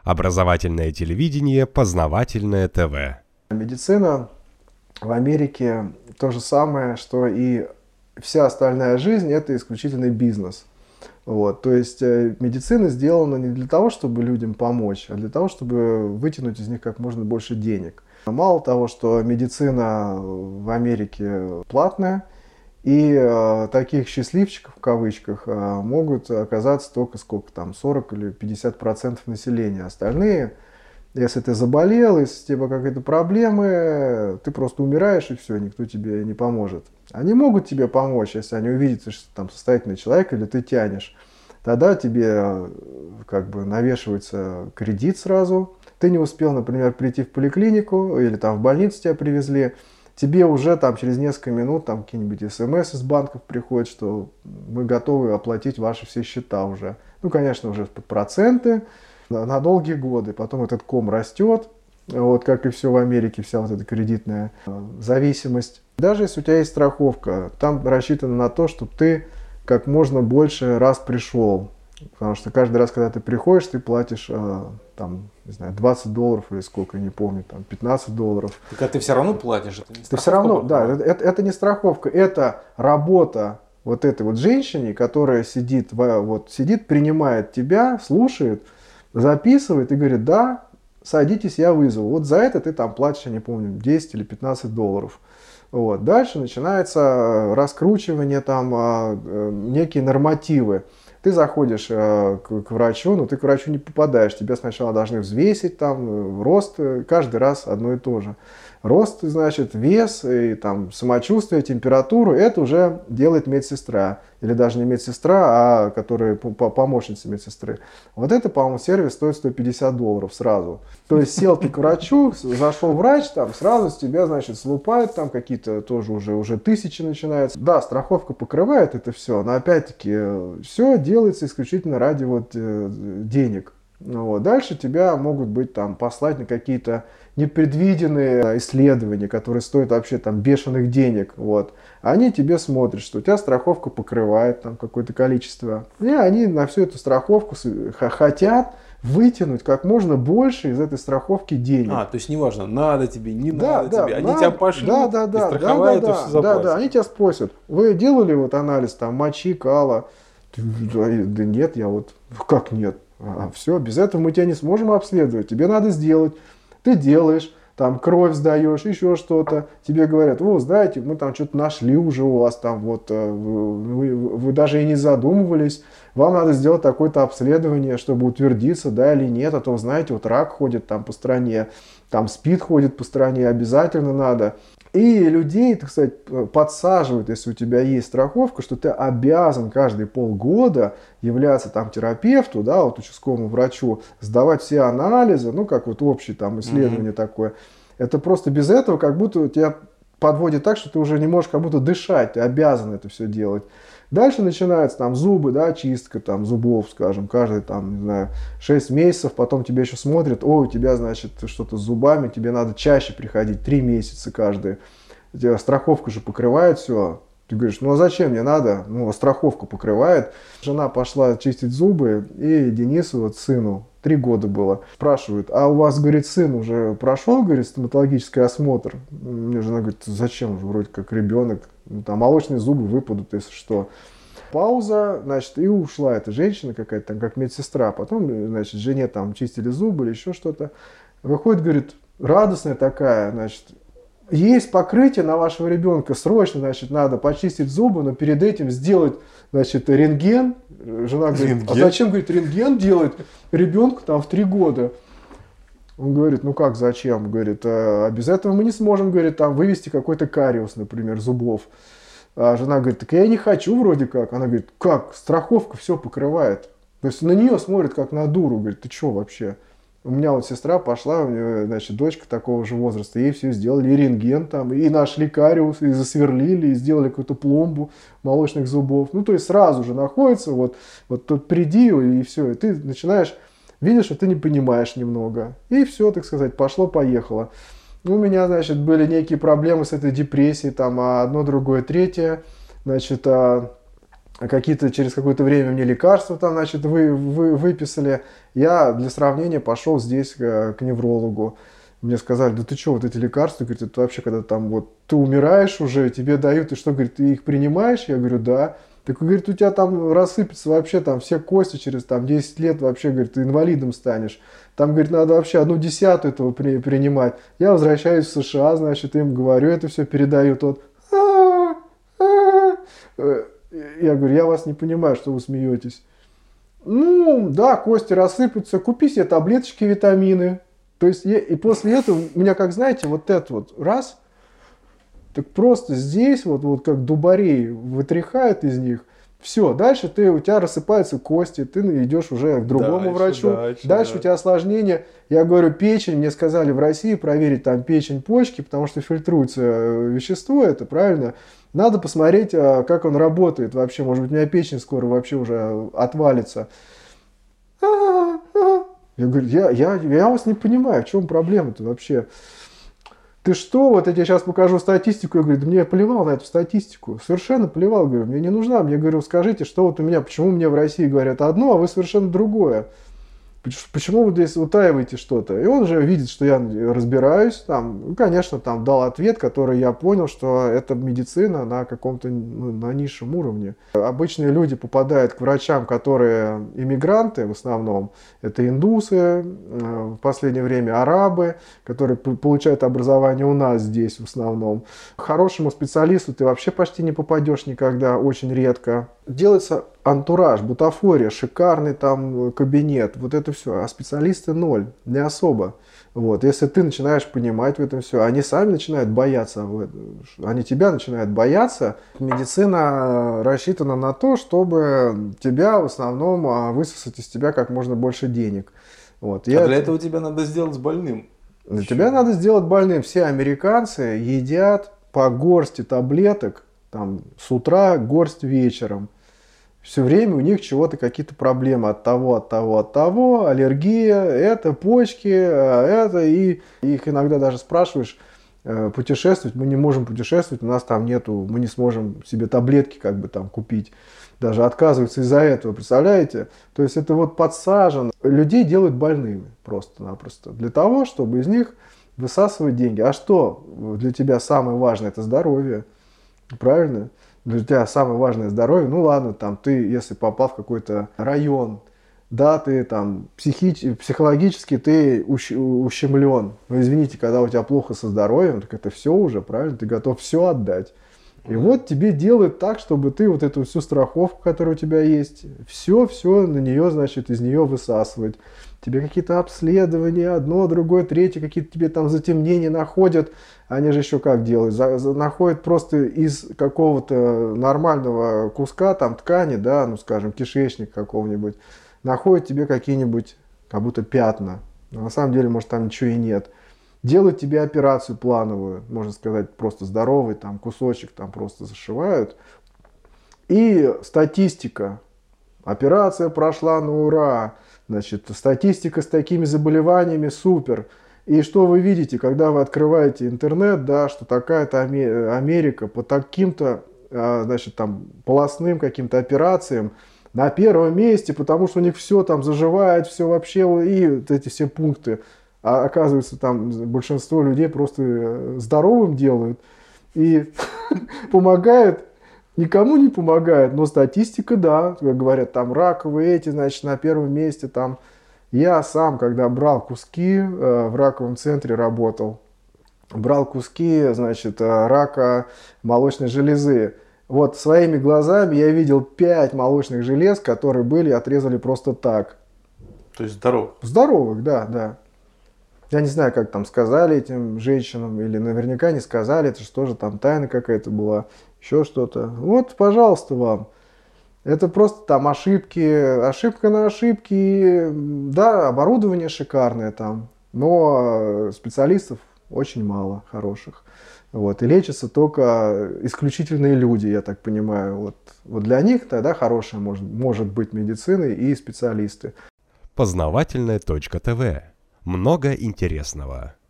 Образовательное телевидение, познавательное ТВ. Медицина в Америке то же самое, что и вся остальная жизнь – это исключительный бизнес. Вот. То есть медицина сделана не для того, чтобы людям помочь, а для того, чтобы вытянуть из них как можно больше денег. Мало того, что медицина в Америке платная, и таких счастливчиков, в кавычках, могут оказаться только сколько там, 40 или 50% населения. Остальные, если ты заболел, если у тебя какие-то проблемы, ты просто умираешь и все, никто тебе не поможет. Они могут тебе помочь, если они увидят, что ты там состоятельный человек или ты тянешь. Тогда тебе как бы навешивается кредит сразу. Ты не успел, например, прийти в поликлинику или там в больницу тебя привезли. Тебе уже там через несколько минут там какие-нибудь смс из банков приходят, что мы готовы оплатить ваши все счета уже. Ну, конечно, уже под проценты на долгие годы. Потом этот ком растет, вот как и все в Америке, вся вот эта кредитная зависимость. Даже если у тебя есть страховка, там рассчитано на то, чтобы ты как можно больше раз пришел. Потому что каждый раз, когда ты приходишь, ты платишь там, не знаю, $20 или сколько, не помню, там, $15. Так а ты все равно платишь, это не страховка? Ты все равно, да, это не страховка, это работа вот этой вот женщине, которая сидит, принимает тебя, слушает, записывает и говорит: да, садитесь, я вызову. Вот за это ты там платишь, я не помню, 10 или $15. Вот. Дальше начинается раскручивание, там некие нормативы. Ты заходишь к врачу, но ты к врачу не попадаешь. Тебя сначала должны взвесить, там, рост, каждый раз одно и то же. Рост, значит, вес, и, там, самочувствие, температуру, это уже делает медсестра. Или даже не медсестра, а которая помощница медсестры. Вот это, по-моему, сервис стоит $150 сразу. То есть сел ты к врачу, зашел врач, там сразу с тебя, значит, слупают, там какие-то тоже уже тысячи начинаются. Да, страховка покрывает это все, но опять-таки все делается исключительно ради вот денег. Вот. Дальше тебя могут быть там послать на какие-то непредвиденные исследования, которые стоят вообще там бешеных денег. Вот. Они тебе смотрят, что у тебя страховка покрывает там какое-то количество. И они на всю эту страховку хотят вытянуть как можно больше из этой страховки денег. То есть неважно, надо тебе, не надо тебе. Они тебя пошлют и страховают, и все заплатят. Да, они тебя спросят: вы делали вот анализ там мочи, кала? Да нет, я вот, как нет? Все, без этого мы тебя не сможем обследовать. Тебе надо сделать. Ты делаешь, там кровь сдаешь, еще что-то. Тебе говорят: вы знаете, мы там что-то нашли уже у вас, там вот вы даже и не задумывались. Вам надо сделать такое-то обследование, чтобы утвердиться, да или нет. А то, знаете, вот рак ходит там по стране, там СПИД ходит по стране, обязательно надо. И людей, так сказать, подсаживают, если у тебя есть страховка, что ты обязан каждые полгода являться там терапевту, да, вот участковому врачу, сдавать все анализы, ну, как вот общее там исследование такое. Это просто без этого как будто тебя подводит так, что ты уже не можешь как будто дышать, ты обязан это все делать. Дальше начинается там зубы, да, чистка там зубов, скажем, каждые там, не знаю, 6 месяцев, потом тебя еще смотрят: ой, у тебя, значит, что-то с зубами, тебе надо чаще приходить, 3 месяца каждые. Тебя страховка же покрывает все. Ты говоришь: ну а зачем мне надо? Ну, страховка покрывает. Жена пошла чистить зубы, и Денису, вот сыну, 3 года было, спрашивают: а у вас, говорит, сын уже прошел, говорит, стоматологический осмотр? Мне жена говорит: зачем, вроде как ребенок, ну, там молочные зубы выпадут, если что. Пауза, значит, и ушла эта женщина какая-то там, как медсестра. Потом, значит, жене там чистили зубы или еще что-то. Выходит, говорит, радостная такая, значит: есть покрытие на вашего ребенка, срочно, значит, надо почистить зубы, но перед этим сделать, значит, рентген. Жена говорит: а зачем, говорит, рентген делать ребенку там в 3 года? Он говорит: ну как зачем? Говорит: а без этого мы не сможем, говорит, там вывести какой-то кариес, например, зубов. А жена говорит: так я не хочу вроде как. Она говорит: как? Страховка все покрывает. То есть на нее смотрят как на дуру. Говорит: ты что вообще? У меня вот сестра пошла, у нее, значит, дочка такого же возраста, ей все сделали, и рентген там, и нашли кариус, и засверлили, и сделали какую-то пломбу молочных зубов. Ну, то есть сразу же находится, вот тут приди, и все, и ты начинаешь, видишь, что ты не понимаешь немного. И все, так сказать, пошло-поехало. У меня, значит, были некие проблемы с этой депрессией, там, одно, другое, третье. Значит, какие-то через какое-то время мне лекарства там, значит, выписали. Я для сравнения пошел здесь к неврологу. Мне сказали, да ты что, вот эти лекарства, говорит, это вообще, когда там вот ты умираешь уже, тебе дают, и что, говорит, ты их принимаешь? Я говорю, да. Так, говорит, у тебя там рассыпется вообще там все кости через там 10 лет, вообще, говорит, ты инвалидом станешь. Там, говорит, надо вообще 1/10 этого принимать. Я возвращаюсь в США, значит, им говорю, это все передают. Вот. Я говорю, я вас не понимаю, что вы смеетесь. Ну, да, кости рассыпаются, купи себе таблеточки, витамины. То есть, и после этого у меня, как знаете, вот это вот раз, так просто здесь вот как дубарей вытряхают из них. Все, дальше у тебя рассыпаются кости, ты идешь уже к другому врачу. Дальше у тебя осложнения. Я говорю, печень, мне сказали в России проверить там печень, почки, потому что фильтруется вещество, это правильно. Надо посмотреть, как он работает вообще. Может быть, у меня печень скоро вообще уже отвалится. Я говорю, я вас не понимаю, в чем проблема-то вообще? Ты что, вот я тебе сейчас покажу статистику. Я говорю, да мне плевал на эту статистику. Совершенно плевал, говорю, мне не нужна. Мне, говорю, скажите, что вот у меня, почему мне в России говорят одно, а вы совершенно другое. Почему вы здесь утаиваете что-то? И он же видит, что я разбираюсь. Там, ну, конечно, там дал ответ, который я понял, что это медицина на каком-то на низшем уровне. Обычные люди попадают к врачам, которые иммигранты в основном. Это индусы, в последнее время арабы, которые получают образование у нас здесь в основном. К хорошему специалисту ты вообще почти не попадешь никогда, очень редко. Делается антураж, бутафория, шикарный там кабинет, вот это все. А специалисты ноль, не особо. Вот. Если ты начинаешь понимать в этом все, они сами начинают бояться, они тебя начинают бояться. Медицина рассчитана на то, чтобы тебя в основном высосать из тебя как можно больше денег. Вот. А для этого тебя надо сделать больным. Тебя надо сделать больным. Все американцы едят по горсти таблеток, там, с утра, горсть вечером. Все время у них чего-то, какие-то проблемы от того, аллергия, это почки, это, и их иногда даже спрашиваешь, путешествовать, мы не можем путешествовать, у нас там нету, мы не сможем себе таблетки как бы там купить, даже отказываются из-за этого, представляете? То есть это вот подсажено, людей делают больными просто-напросто, для того, чтобы из них высасывать деньги. А что для тебя самое важное? Это здоровье, правильно? Для тебя самое важное здоровье, ну ладно, там ты, если попал в какой-то район, да, ты там психологически ты ущемлен. Но извините, когда у тебя плохо со здоровьем, так это все уже, правильно, ты готов все отдать. И вот тебе делают так, чтобы ты вот эту всю страховку, которая у тебя есть, все на нее, значит, из нее высасывать. Тебе какие-то обследования, одно, другое, третье, какие-то тебе там затемнения находят. Они же еще как делают? Находят просто из какого-то нормального куска там ткани, да, ну скажем, кишечник какого-нибудь, находят тебе какие-нибудь как будто пятна. Но на самом деле, может, там ничего и нет. Делают тебе операцию плановую, можно сказать, просто здоровый, там кусочек там просто зашивают. И статистика. Операция прошла на ура. Значит, статистика с такими заболеваниями супер. И что вы видите, когда вы открываете интернет, да, что такая-то Америка по таким-то, значит, там, полостным каким-то операциям на первом месте, потому что у них все там заживает, все вообще, и вот эти все пункты. А оказывается, там большинство людей просто здоровым делают и помогают. Никому не помогает, но статистика, да, как говорят, там раковые эти, значит, на первом месте, там. Я сам, когда брал куски, в раковом центре работал, брал куски, значит, рака молочной железы. Вот своими глазами я видел 5 молочных желез, которые отрезали просто так. То есть здоровых? Здоровых, да. Я не знаю, как там сказали этим женщинам, или наверняка не сказали, это же тоже там тайна какая-то была, еще что-то. Вот, пожалуйста, вам. Это просто там ошибка на ошибки. Да, оборудование шикарное там, но специалистов очень мало хороших. Вот, и лечатся только исключительные люди, я так понимаю. Вот для них тогда хорошая может быть медицина и специалисты. Познавательная точка ТВ. Много интересного.